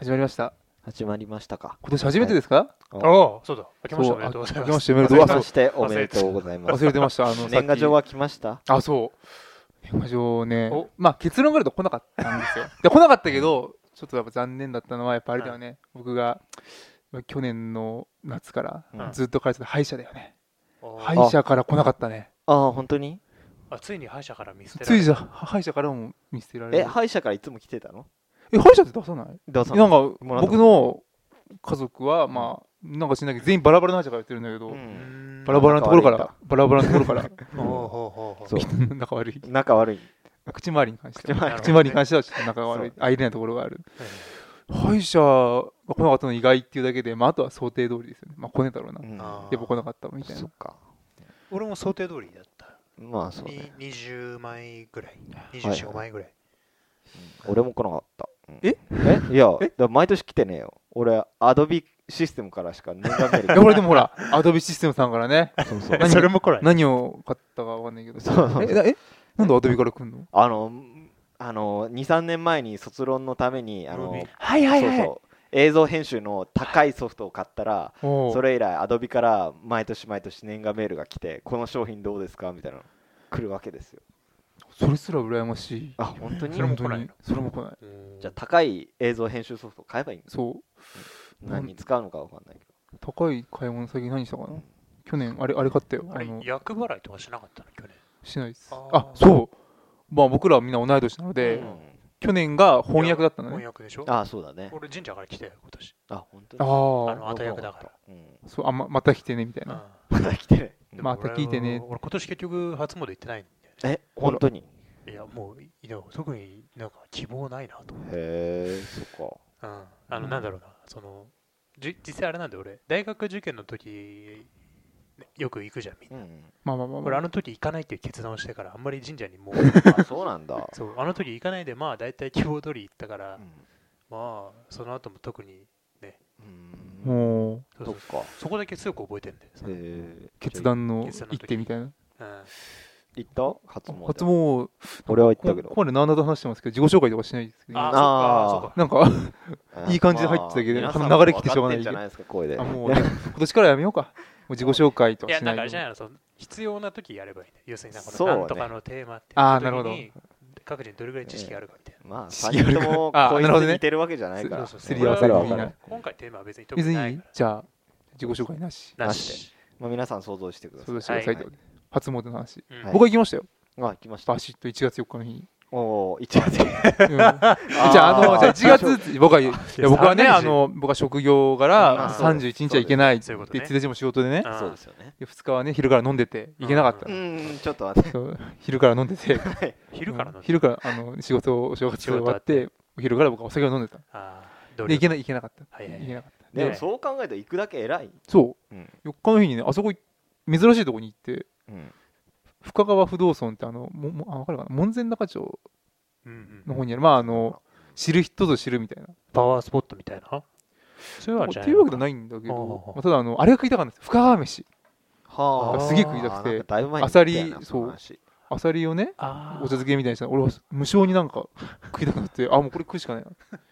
始まりました。 始まりましたか。 今年初めてですか？ ああ、そうだ。明けましておめでとうございます。 明けましておめでとうございます。 明けましておめでとうございます。 忘れてました。 年賀状は来ました？ そう。年賀状ね。まあ結論から言うと来なかったんですよ。で、来なかったけど、ちょっとやっぱ残念だったのは、やっぱあれだよね。僕が去年の夏からずっと通ってた歯医者だよね。歯医者から来なかったね。 本当に？ ついに歯医者から見捨てられる。 歯医者からも見捨てられる。 歯医者からいつも来てたの？ 歯医者って出さない？ 出さない。 なんか僕の家族はまあなんかしないけど全員バラバラの歯医者からやってるんだけど、バラバラのところからそう仲悪い口周りに関してはちょっと仲悪い入れないところがある。歯医者が来なかったの意外っていうだけで、まああとは想定通りですよね。まあ来ねえだろうな、やっぱ来なかったみたいな。 そっか。 俺も想定通りだった。 まあそうね。 20枚ぐらい、24、5枚ぐらい。 俺も来なかった。いや毎年来てねえよ。俺アドビシステムからしか年賀メール。 俺でもほらアドビシステムさんからね。 それも来ない。 何を買ったかわかんないけど。なんでアドビから来んの ？2、3年前に卒論のためにそう映像編集の高いソフトを買ったら、それ以来アドビから毎年年賀メールが来て、この商品どうですかみたいなの来るわけですよ。 それすら羨ましい。 本当に？ それも来ない。 じゃあ高い映像編集ソフト買えばいいんだ。 そう。 何に使うのかわかんないけど。高い買い物先何したかな？去年あれ買ったよ。 厄払いとかしなかったの去年？ しないです。そう。まあ僕らはみんな同い年なので、去年が翻訳だったのね。 翻訳でしょ？ そうだね。 俺神社から来たよ今年。 本当に？ 後役だから。 そう、また来てねみたいな。 また来てね。 また聞いてね。 俺今年結局初詣行ってないんだよ。本当に？ いやもう特になんか希望ないなと思って。 へえ、そっか。なんだろうな、実際あれなんで俺大学受験の時よく行くじゃんみんな。 まあ俺あの時行かないっていう決断をしてからあんまり神社にもうそうなんだ。 そうあの時行かないでまあ大体希望通り行ったから、まあその後も特にね。 もうそこだけ強く覚えてるんで。 決断の一手みたいな。 行った？初詣。 俺は行ったけど。 これ何だと話してますけど、自己紹介とかしないですけど。なんかいい感じで入ってたけど、流れ来てしょうがないけど。もう今年からやめようか。もう自己紹介とかしない。 いやなんかあれじゃないの、必要な時やればいいんだよ。要するになんとかのテーマってなるほど。 各人どれぐらい知識があるかみたいな。 まあ3人ともこいつ似てるわけじゃないから。 すり合わせるわけない。 今回テーマは別に特にない。 じゃあ自己紹介なし。 皆さん想像してください。 想像してください。初詣の話。僕は行きましたよ。 行きました。 バシッと1月4日の日に。 1月。 じゃあ1月僕はね僕は職業柄31日は行けないって1日も仕事でね。 そうですよね。 2日はね昼から飲んでて行けなかった。 ちょっと待って。 昼から飲んでて。 昼から仕事お正月終わってお昼から僕はお酒を飲んでた。で行けなかった。 でもそう考えると行くだけ偉い。 そう4日の日にねあそこ珍しいとこに行って。深川不動尊って分かるかな、門前仲町の方にある、知る人ぞ知るみたいなパワースポットみたいなそういうわけじゃないっていうわけじゃないんだけど、ただあれが食いたかったんです。深川飯すげえ食いたくて、アサリをねお茶漬けみたいにしたら俺は無性になんか食いたくなって、もうこれ食うしかないな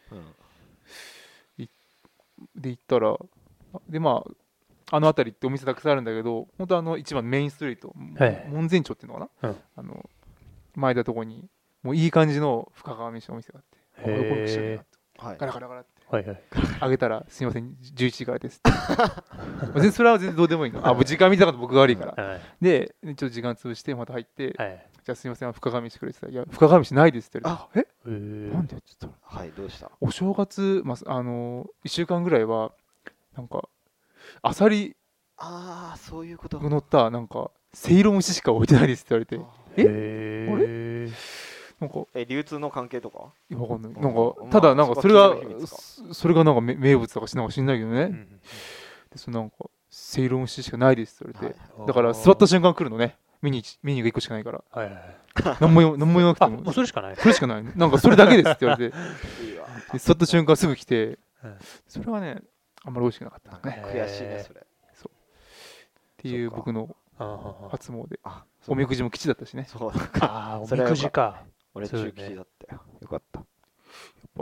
で行ったら、であの辺りってお店たくさんあるんだけど、本当一番メインストリート、門前町っていうのかな、前田とこにもういい感じの深川飯のお店があって、これ口にガラガラガラってあげたらすみません11時からですってそれは全然どうでもいいの。時間見たかった僕が悪いから、でちょっと時間潰してまた入って、じゃあすみません深川飯くれって言ったら、いや深川飯ないですって言われて、なんでって言ったら、 どうした？ お正月1週間ぐらいはなんかアサリそういうこと乗ったなんかせいろ蒸ししか置いてないですって言われて、あれなんか流通の関係とかわかんない。なんかただなんかそれがなんか名物とかなんか知んないけどね、でなんかせいろ蒸ししかないですって言われて、だから座った瞬間来るのね、メニューが1個しかないから、何も言わなくてもそれしかないなんかそれだけですって言われて座った瞬間すぐ来て、それはねあんまり美味しくなかったね。 悔しいねそれ。 っていう僕の初詣。おみくじも吉だったしね。 おみくじか。 俺中吉だったよ。よかった。 やっぱ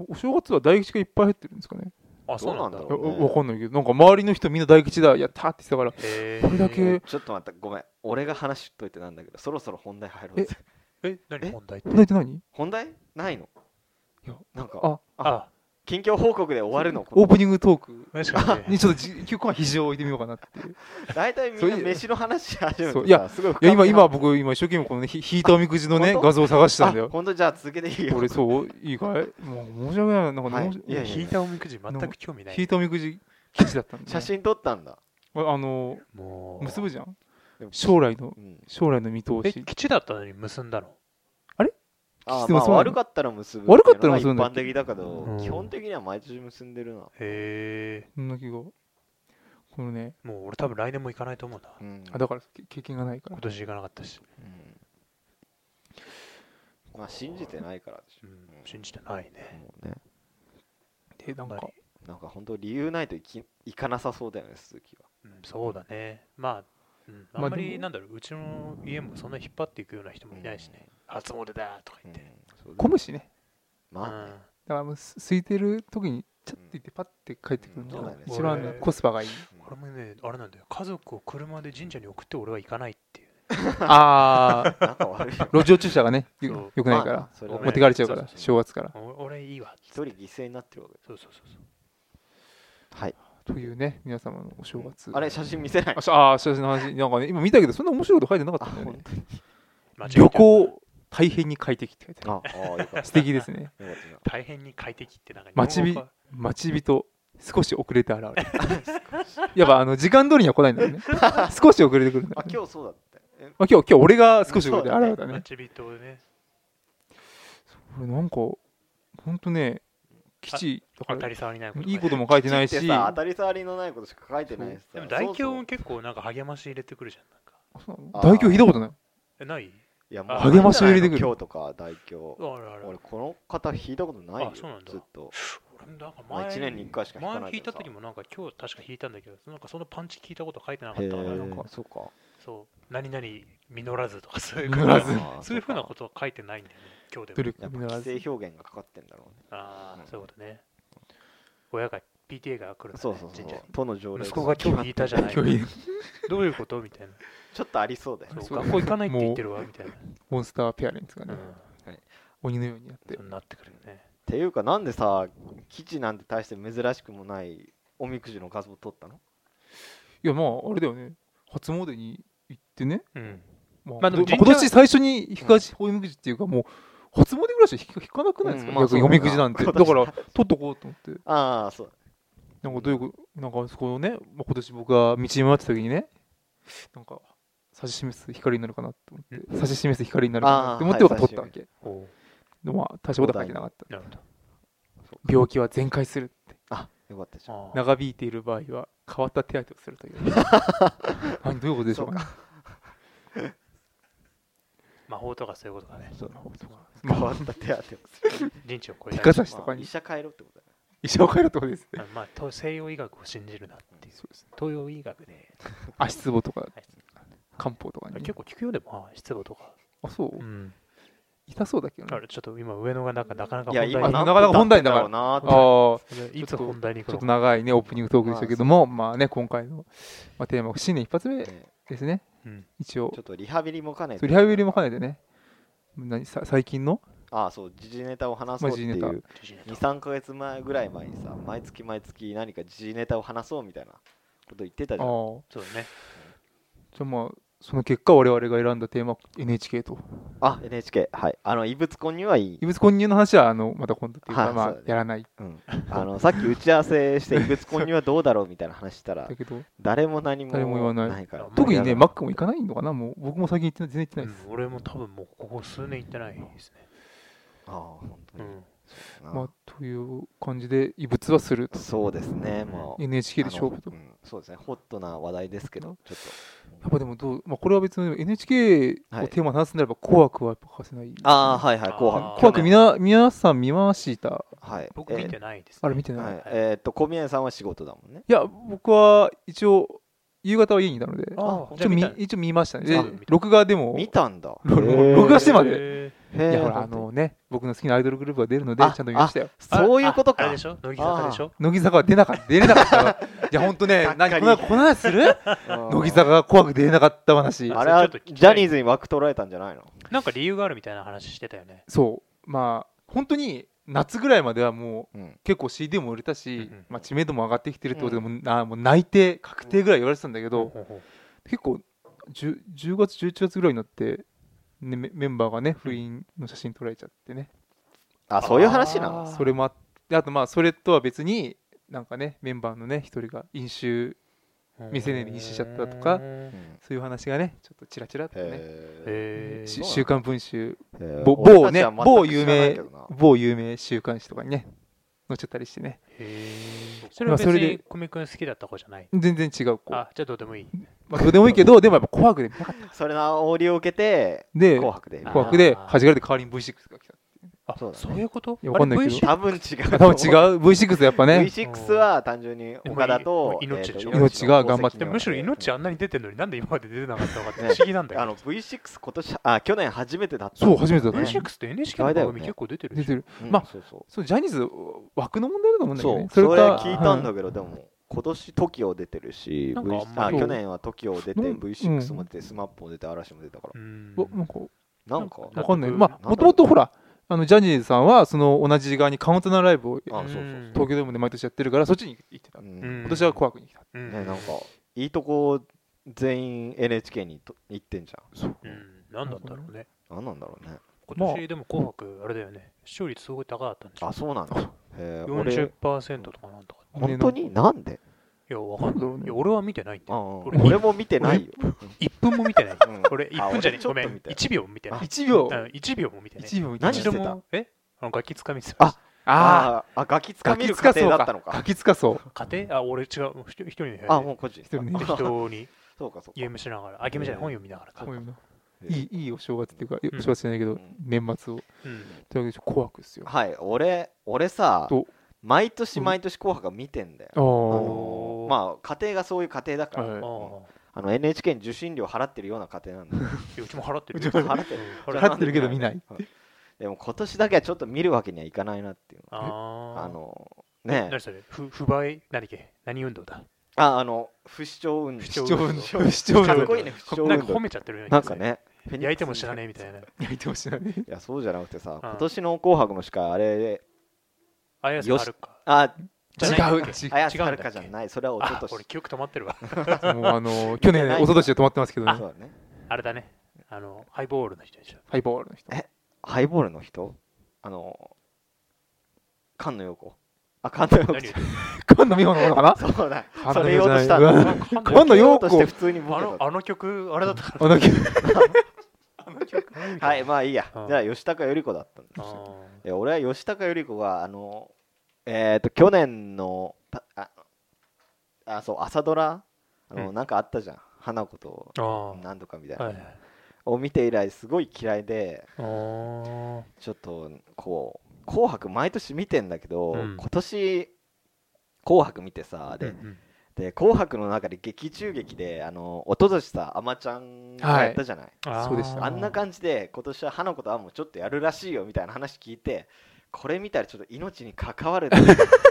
お正月は大吉がいっぱい入ってるんですかね。 あ、そうなんだろう、ね、 分かんないけど、なんか周りの人みんな大吉だ、やったって言ってたから、これだけ。 ちょっと待って、ごめん、俺が話しといてなんだけど、そろそろ本題入ろうぜ。 何本題って。 本題って何？ 本題ないの？ いや、 なんか、 あ、 近況報告で終わるの？ オープニングトークにちょっと今日は肘を置いてみようかなっていう。 大体みんな飯の話し始めて、 いや僕今一生懸命このね、引いたおみくじのね画像を探したんだよ。 本当？じゃあ続けていいよ。 俺そういいかい？もう申し訳ない。なんか引いたおみくじ全く興味ない。 引いたおみくじ記事だったんだ。 写真撮ったんだ。 もう結ぶじゃん。将来の見通し。 基地だったのに結んだの？ あれ？ 悪かったら結ぶ。 悪かったら結ぶんだ。 一般的だけど、基本的には毎年結んでるな。 へえ。 そんな気が。このね。 もう俺多分来年も行かないと思うんだ。 だから経験がないから。 今年行かなかったし。 まあ信じてないからでしょ。 信じてないね。 でなんか本当理由ないと行かなさそうだよね、鈴木は。 そうだね。まああんまりなんだろう、うちの家もそんな引っ張っていくような人もいないしね。初詣だとか言って。 混むしね。 まあね。 だからもう空いてる時にちょっと行ってパッて帰ってくるのが一番コスパがいい。 俺もね、あれなんだよ。家族を車で神社に送って俺は行かないっていう。 ああ、路上駐車がね、よくないから、持ってかれちゃうから、正月から。 俺いいわ。 一人犠牲になってるわけ。 そう。 はい。 というね、皆様のお正月。 あれ、写真見せない？ 写真の話、なんかね、今見たけど、そんな面白いこと書いてなかったんだよね。旅行、大変に快適って書いてある。素敵ですね。 大変に快適ってなんか待ち人、少し遅れて現れる。やっぱ時間通りには来ないんだよね。少し遅れてくるんだよね。 今日そうだって。 今日俺が少し遅れて現れたね。 待ち人ね。 これなんかほんとね、基地当たり障りないこと、 いいことも書いてないし、 当たり障りのないことしか書いてないしさ。 でも大凶も結構なんか励まし入れてくるじゃん。 大凶聞いたことない。 ない？ いや、 励ましを入れてくる。 今日とか大凶。俺この方引いたことないよ。ずっと。 俺なんか1 年に1回しか引かない。 前引いた時もなんか今日確か引いたんだけど、なんかそのパンチ聞いたこと書いてなかったから、なんかそうか。 そう何々実らずとかそういうふうなことは書いてないんだよね。今日でも。 やっぱ既成表現がかかってんだろうね。 ああ、そういうことね。親が PTA が来る。 そう。都の条例。 息子が今日引いたじゃない。どういうことみたいな。 ちょっとありそうだよ。 学校行かないって言ってるわみたいな。 モンスターペアレンツがね、鬼のようにやってなってくるよね。 っていうかなんでさ、基地なんて大して珍しくもないおみくじの画像撮ったの？ いやまああれだよね。初詣に行ってね。 まあ今年最初に引かしおみくじっていうかもう初詣ぐらいしか引かなくないですか？逆におみくじなんて。だから取っとこうと思って。 ああそう。 なんかどういうなんかそこをね、今年僕が道に回ってた時にね、なんか指し示す光になるかなと思って、指し示す光になるかなって思って僕は取ったわけ。でもまあ大したことは書いてなかった。病気は全快するって。 あ、よかったじゃん。 長引いている場合は変わった手当てをするという。何どういうことでしょうかね。 魔法とかそういうことかね。 変わった手当てをする。 人知を超えたりとかに。 医者変えろってことだね。 医者を変えろってことですね。 まあ西洋医学を信じるなっていう。東洋医学で足つぼとか漢方とかに結構効くよでも足つぼとか。 あ、そう。痛そうだけどね。ちょっと今上野がなかなか本題になかなか本題だからな。 いつ本題に行くの？ ちょっと長いねオープニングトークでしたけども、まあね今回のテーマ新年一発目ですね。一応ちょっとリハビリも兼ねて。 リハビリも兼ねてね。最近の？ そう時事ネタを話そうっていう2、3ヶ月前ぐらい前にさ、毎月何か時事ネタを話そうみたいなこと言ってたじゃん。 そうね。 じゃあまあその結果我々が選んだテーマ NHK と。 NHK はい。異物混入はいい。 異物混入の話はまた今度っていうかまあやらない。 さっき打ち合わせして異物混入はどうだろうみたいな話したら誰も何も言わないから。 特にねマックも行かないのかな。もう僕も最近全然行ってないです。 俺も多分もうここ数年行ってないですね。 本当に。 まあという感じで異物はすると。 そうですね。 NHK で勝負と。 そうですね。ホットな話題ですけどちょっと。 やっぱでもこれは別に NHK をテーマに話すんならば紅白はやっぱ欠かせない。 はい紅白皆さん見ました？ 僕見てないです。 あれ見てない。 小宮さんは仕事だもんね。 いや僕は一応夕方は家にいたので一応見ましたね。で録画でも見たんだ。 録画してまで。いやほら僕の好きなアイドルグループが出るのでちゃんと見ましたよ。 そういうことか。 あれでしょ、乃木坂でしょ。 乃木坂は出れなかったいや本当ね、何この話する乃木坂が怖く出れなかった話。 あれはジャニーズに枠取られたんじゃないの。 なんか理由があるみたいな話してたよね。 そうまあ本当に夏ぐらいまではもう結構 CD も売れたし、まあ、知名度も上がってきてるってことでもう内定確定ぐらい言われてたんだけど、結構 10月11月ぐらいになって、ね、メンバーがね不倫の写真撮られちゃってね。 そういう話なの。 それもあって、あとまあそれとは別になんかねメンバーのね一人が飲酒未成年で飲酒しちゃったとか、そういう話がねちょっとチラチラっとね、週刊文春某有名週刊誌とかにね載っちゃったりしてね。 それは別に久米君好きだった子じゃない？ 全然違う子。 じゃあどうでもいい。 まあどうでもいいけど、でもやっぱ紅白で見たかった。 それのオーディオを受けて紅白で弾かれて代わりに V6 が来た。 そういうこと？ わかんないけど多分違う。 V6 やっぱね。 V6 は単純に岡田と命が頑張って。 むしろ命あんなに出てるのになんで今まで出てなかったのかって不思議なんだよ。 V6 去年初めてだった。 そう初めてだった。 V6 って NHK の番組結構出てる。 出てる。まあそうジャニーズ枠の問題だと思うんだけどね。 それ聞いたんだけどでも。今年 TOKIO 出てるし、去年は TOKIO 出て V6 も出て SMAP も出て嵐も出たから。なんかわかんない。まあもともとほらジャニーズさんはその同じ時間にカウントダウンライブを東京ドームで毎年やってるからそっちに行ってた。今年は紅白に来た。 なんかいいとこ全員 NHK に行ってんじゃん。 なんだったろうね。 なんなんだろうね。 今年でも紅白あれだよね。視聴率すごい高かったんですよ。 そうなんだ。 40% とかなんとか。 本当になんで？ いやわかんない。俺は見てないんだよ。 俺も見てないよ。 1分も見てない。俺1分じゃねえ。ごめん。1秒も見てない。 1秒も見てない。 何してた？ ガキつかみすガキつかみる家庭だったのか。 ガキつかそう。 家庭？俺違う。一人の部屋で。 もう個人。 適当にゲームしながら。ゲームじゃない。本読みながら。 いいお正月っていうかお正月じゃないけど年末を。というわけで紅白ですよ。 はい。俺さ毎年紅白見てんだよ。まあ家庭がそういう家庭だからNHK に受信料払ってるような家庭なんだ。 うちも払ってる。 払ってるけど見ない。 でも今年だけはちょっと見るわけにはいかないなっていう。 ね。何それ？不買何運動だ？ 不死鳥運動。 不死鳥かっこいいね。不死鳥運動。 なんか褒めちゃってるよね。 なんかね。 焼いても知らねえみたいな。 焼いても知らねえ。 いやそうじゃなくてさ、今年の紅白の司会あれ綾瀬はるか。 違う綾瀬はるかじゃない。それは一昨年。 俺記憶止まってるわ。 もう去年一昨年で止まってますけどね。 あれだね。ハイボールの人でしょ。 ハイボールの人。 ハイボールの人？菅野陽子。菅野陽子。 菅野美穂ののかな？ そうだ。それ言おうとした。 菅野陽子して普通に僕あの曲あれだったから。 はいまあいいや。じゃあ吉高由里子だったんですよ。俺は吉高由里子が去年のそう朝ドラなんかあったじゃん。花子と何とかみたいなを見て以来すごい嫌いで、ちょっとこう紅白毎年見てんだけど、今年紅白見てさで紅白の中で劇中劇で一昨年さあまちゃんがやったじゃない。 そうでした。 あんな感じで今年は花子とあんもちょっとやるらしいよみたいな話聞いて、これ見たらちょっと命に関わるそ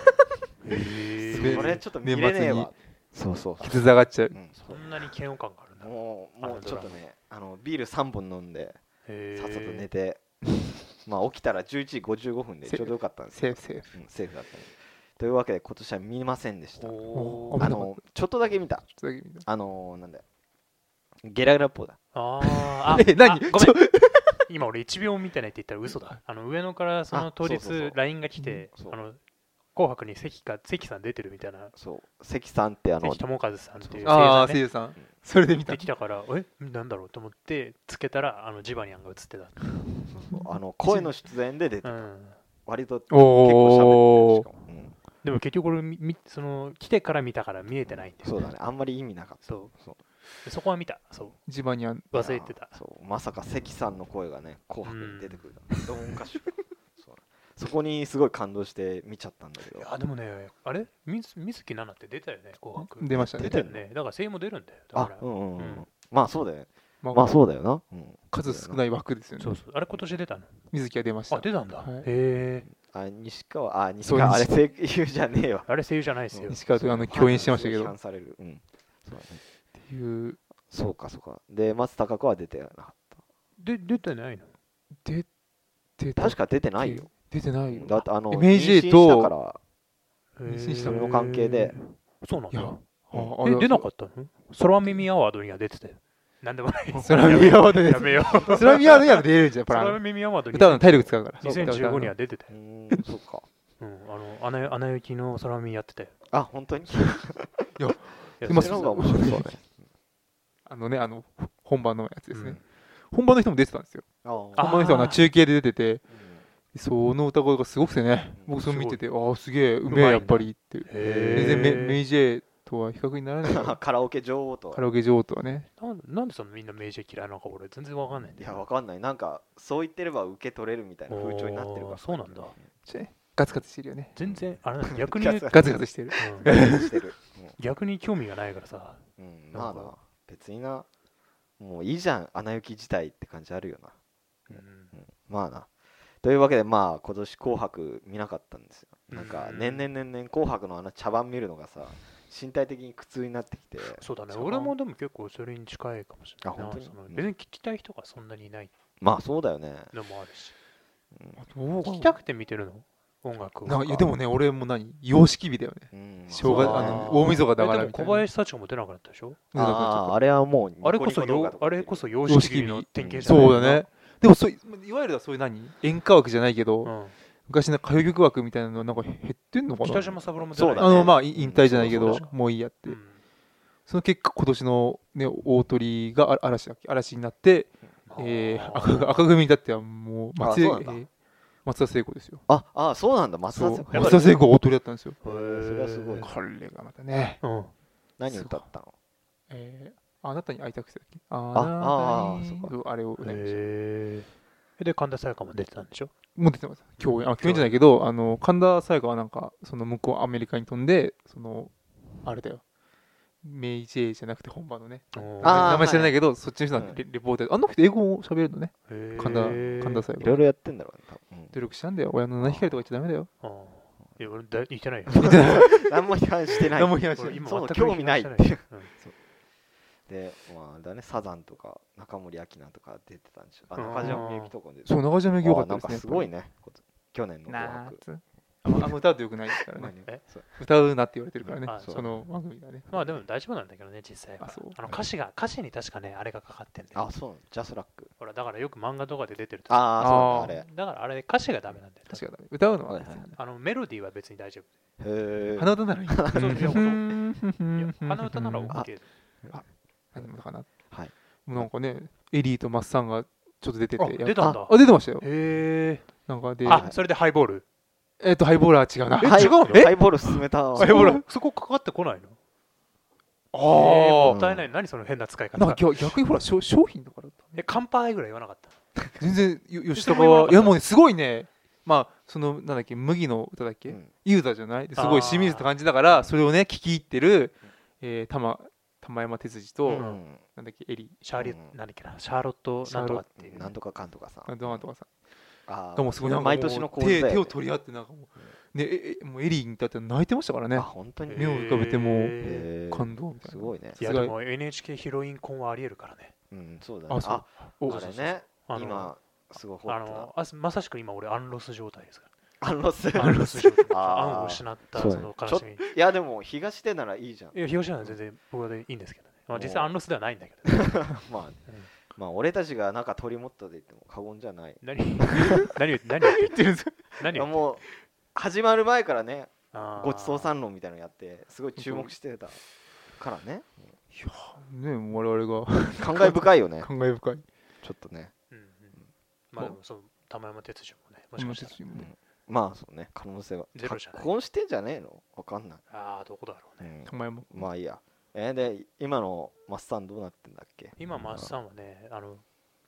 れちょっと見れねえわ。そう傷がっちゃう。 そんなに嫌悪感があるんだ。 もうちょっとねビール3本飲んでさっさと寝てまあ起きたら11時55分でちょうどよかったんです。 セーフだったね。というわけで今年は見ませんでした。ちょっとだけ見た。なんだよゲラゲラポーだ。 何？ ごめん。今俺1秒見てないって言ったら嘘だ。上野からその当日 LINE が来て紅白に関さん出てるみたいな。 関さんって関智和さんっていう声優さん。それで見た。 できたからなんだろうと思ってつけたらジバニャンが映ってた。 声の出演で出てた。割と結構喋ってるしかも。 でも結局俺その来てから見たから見えてないんで。 そうだね。あんまり意味なかった。 そこは見た。 ジバニャン忘れてた。 まさか関さんの声がね紅白に出てくる。どうもおかしい。 そこにすごい感動して見ちゃったんだけど。 いやでもね、あれ水木奈々って出たよね、紅白。 出ましたね。 出たよね。だから声優も出るんだよ。だからまあそうだよ。まあそうだよな。 数少ない枠ですよね。 そうそう。あれ今年出たの？ 水木は出ました。 あ、出たんだ。へえ。西川、あれ声優じゃねえよ。 あれ声優じゃないですよ。 西川と共演してましたけど。 批判される。 っていう。 そうかそうか。で松たか子は出てなかった。 出てないの？ 確か出てないよ。 出てないよ。 だって MJ と妊娠したの関係で。 そうなんだ。出なかったの？空耳アワードには出てたよ。なんでもない。 空耳アワードでやめよう。 空耳アワードには出れるじゃん。 空耳アワードに歌うの体力使うから。 2015には出てたよ。 そうか。 アナ雪の空耳やってたよ。 あ、本当に？いや、 そっちの方が面白そうね。本番のやつですね。本番の人も出てたんですよ。 本番の人は中継で出てて、その歌声がすごくてね、僕それ見てて、ああすげえうめえやっぱりって。全然メイジェイとは比較にならない。 カラオケ女王とはね。 なんでそのみんなメイジェイ嫌いなのか俺全然わかんない。 いやわかんない。なんかそう言ってれば受け取れるみたいな風潮になってるから。 そうなんだ。 ガツガツしてるよね。 全然あれ逆にガツガツしてる。 逆に興味がないからさ。 まあな別にな。もういいじゃん、アナ雪自体って感じあるよな。まあな。というわけで、まあ今年紅白見なかったんですよ。なんか年々紅白の茶番見るのがさ、身体的に苦痛になってきて。 そうだね。俺もでも結構それに近いかもしれない。 本当に。 別に聞きたい人がそんなにいない。 まあそうだよね。 のもあるし。聞きたくて見てるの？音楽いやでもね、俺も様式美だよね。大晦日だからみたいな。 小林幸子も出なかったでしょ？ あれはもうあれこそ様式美の典型じゃない。そうだね。でもいわゆるそういう演歌枠じゃないけど、昔の歌謡曲枠みたいなのなんか減ってんのかな。 北島三郎も出ない。 まあ引退じゃないけど、もういいやって。その結果今年のね大鳥が嵐になって、赤組に至ってはもう松田聖子ですよ。 そうなんだ。松田聖子が大鳥だったんですよ。 それはすごい。 これがまたね。 何歌ったの？ あなたに会いたくてだっけ？あれを歌いました。 で神田沙也加も出てたんでしょ？ もう出てます。共演じゃないけど、神田沙也加はなんかその向こうアメリカに飛んで、あれだよ。メイジェイじゃなくて本場のね。名前知らないけど、そっちの人なんでレポーター。あの人英語を喋れるのね。神田沙也加。 いろいろやってんだろうね。 努力したんだよ。親の七光とか言っちゃダメだよ。 いや、俺言ってないよ。 何も批判してない。 何も批判してない。 そう興味ないっていう。で、まあサザンとか中森明菜とか出てたんでしょ。中島みゆきとかで。 そう、中島みゆきよかったですね。 なんかすごいね。去年の紅白。 歌うとよくないですからね。歌うなって言われてるからね。その番組がね。 まあでも大丈夫なんだけどね、実際は。歌詞に確かね、あれがかかってんだよ。 そう、ジャスラック。 ほら、だからよく漫画とかで出てると。 そうあれ。 だからあれ歌詞がダメなんだよ。 確かダメ。歌うのはメロディーは別に大丈夫。 鼻歌ならいい。 鼻歌なら OK。 何もかな。 はい。 なんかね、エリーとマッサンがちょっと出てて。 出たんだ。 出てましたよ。 なんかで。 それでハイボール。 ハイボールは違うな。 違うの？ ハイボール進めた。 ハイボールそこかかってこないの？もったいない。何その変な使い方。 なんか逆にほら商品だから。 乾杯ぐらい言わなかった。 全然吉高は、いやもうねすごいね。まあなんだっけ麦の歌だっけ？ユーザーじゃない？すごい清水って感じだからそれをね聞き入ってる玉山哲司となんだっけエリーなんだっけなシャーロットなんとかっていうなんとかかんとかさん。 なんとかさん。 もすごい毎年の手を取り合ってなんかもうねもうエリーに至って泣いてましたからね。 本当に目を浮かべても感動みたいな。 すごいね。 いやでも NHK ヒロイン婚はありえるからね。 そうだね。あれね今すごいまさしく今俺アンロス状態ですから。 アンロス状態。アンを失ったその悲しみ。 いやでも東出ならいいじゃん。 いや東出なら全然僕はいいんですけどね。実際アンロスではないんだけど。 まあ俺たちがなんか取り持ったと言っても過言じゃない。 何言ってるんですか？ もう始まる前からねごちそうさん論みたいなのやってすごい注目してたからね。 いやね我々が感慨深いよね。 感慨深い。 ちょっとね。 まあでもそう玉山哲司もねもしかしたらまあそうね可能性はゼロじゃない。 結婚してんじゃねえの？わかんない。 どこだろうね。 玉山。 まあいいや。で今のマッサンどうなってんだっけ？ 今マッサンはね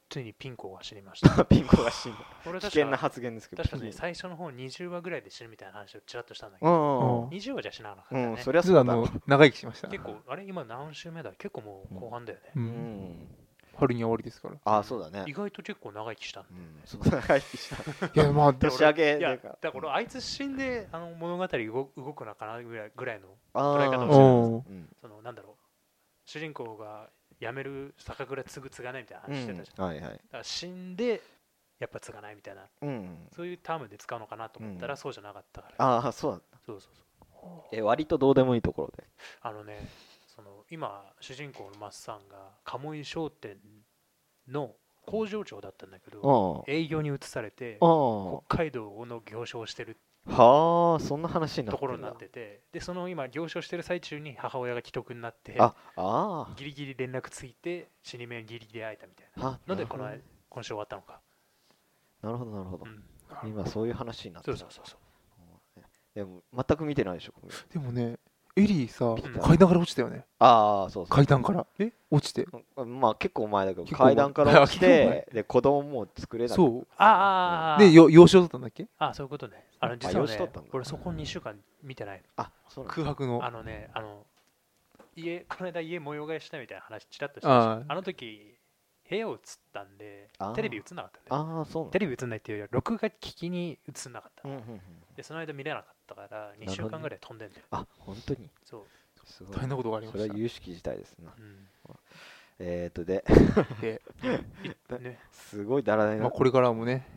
ついにピンコが死にましたピンコが死んだ。 俺危険な発言ですけど、 確かね最初の方20話ぐらいで死ぬみたいな話をちらっとしたんだけど、20話じゃ死ななかったね。 それはそうだ、長生きしました。 結構あれ今何週目だ、結構もう後半だよね。 春に終わりですから。 ああそうだね。 意外と結構長生きした。 長生きした。 いやまあ年上げでか。だからあいつ死んで物語動くのかなぐらいの捉え方をしてる。そのなんだろう、主人公が辞める酒蔵継がないみたいな話してたじゃん。だから死んでやっぱ継がないみたいな、そういうタームで使うのかなと思ったらそうじゃなかったから。 ああそうだった。そう割とどうでもいいところで。 その今主人公のマッサンが鴨居商店の工場長だったんだけど、営業に移されて北海道の行商をしてるはあ、そんな話になってところになってて、でその今行商してる最中に母親が既得になって、ギリギリ連絡ついて死に目ギリギリ会えたみたいなので今週終わったのか。 なるほどなるほど、今そういう話になってる。そうでも全く見てないでしょ。 でもねエリーさ、階段から落ちたよね。 ああそうそう、 階段から落ちて、 まあ結構前だけど階段から落ちて、で子供も作れない。 そう、 で養子を取ったんだっけ。 ああそういうことね。実はね俺そこ2週間見てない。 空白の家、この間家模様替えしたみたいな話ちらっとしたし、あの時部屋を映ったんでテレビ映んなかったんだよ。テレビ映んないっていうよりは録画機器に映んなかった。でその間見れなかったから2週間ぐらい飛んでんだよ。 あ、本当に。 そう。 大変なことがありました。 それは有識事態ですな。ですごいだらないな。 これからもね